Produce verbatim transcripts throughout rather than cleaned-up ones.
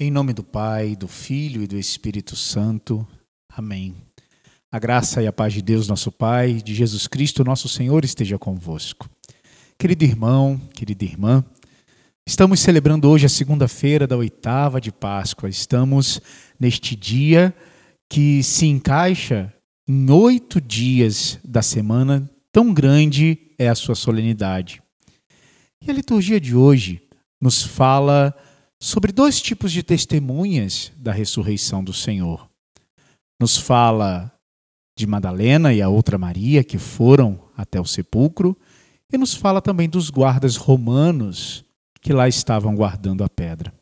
Em nome do Pai, do Filho e do Espírito Santo. Amém. A graça e a paz de Deus, nosso Pai, de Jesus Cristo, nosso Senhor, esteja convosco. Querido irmão, querida irmã, estamos celebrando hoje a segunda-feira da oitava de Páscoa. Estamos neste dia que se encaixa em oito dias da semana, tão grande é a sua solenidade. E a liturgia de hoje nos fala sobre dois tipos de testemunhas da ressurreição do Senhor. Nos fala de Madalena e a outra Maria, que foram até o sepulcro, e nos fala também dos guardas romanos que lá estavam guardando a pedra.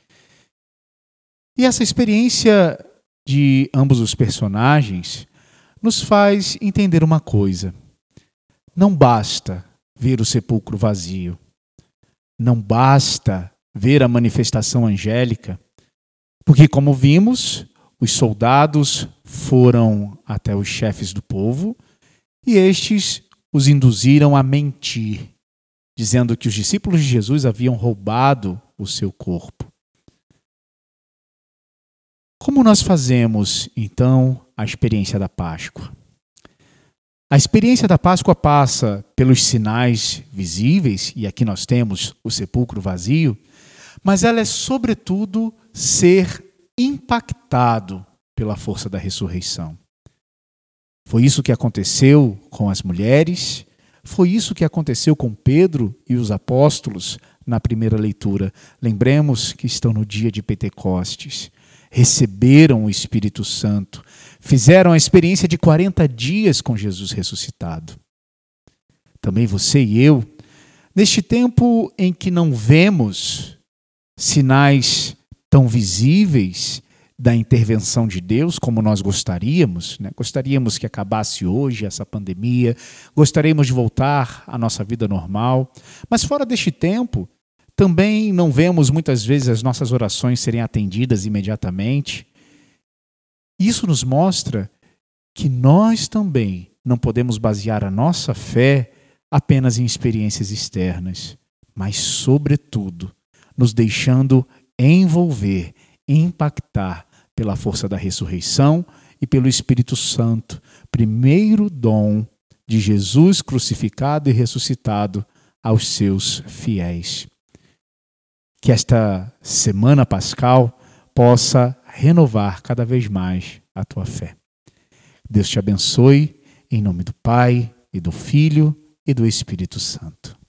E essa experiência de ambos os personagens nos faz entender uma coisa: não basta ver o sepulcro vazio, não basta ver a manifestação angélica, porque, como vimos, os soldados foram até os chefes do povo e estes os induziram a mentir, dizendo que os discípulos de Jesus haviam roubado o seu corpo. Como nós fazemos, então, a experiência da Páscoa? A experiência da Páscoa passa pelos sinais visíveis, e aqui nós temos o sepulcro vazio, mas ela é, sobretudo, ser impactado pela força da ressurreição. Foi isso que aconteceu com as mulheres, foi isso que aconteceu com Pedro e os apóstolos na primeira leitura. Lembremos que estão no dia de Pentecostes, receberam o Espírito Santo, fizeram a experiência de quarenta dias com Jesus ressuscitado. Também você e eu, neste tempo em que não vemos sinais tão visíveis da intervenção de Deus como nós gostaríamos, né? Gostaríamos que acabasse hoje essa pandemia, gostaríamos de voltar à nossa vida normal, mas fora deste tempo, também não vemos muitas vezes as nossas orações serem atendidas imediatamente. Isso nos mostra que nós também não podemos basear a nossa fé apenas em experiências externas, mas, sobretudo, nos deixando envolver, impactar pela força da ressurreição e pelo Espírito Santo, primeiro dom de Jesus crucificado e ressuscitado aos seus fiéis. Que esta semana pascal possa renovar cada vez mais a tua fé. Deus te abençoe, em nome do Pai, e do Filho, e do Espírito Santo.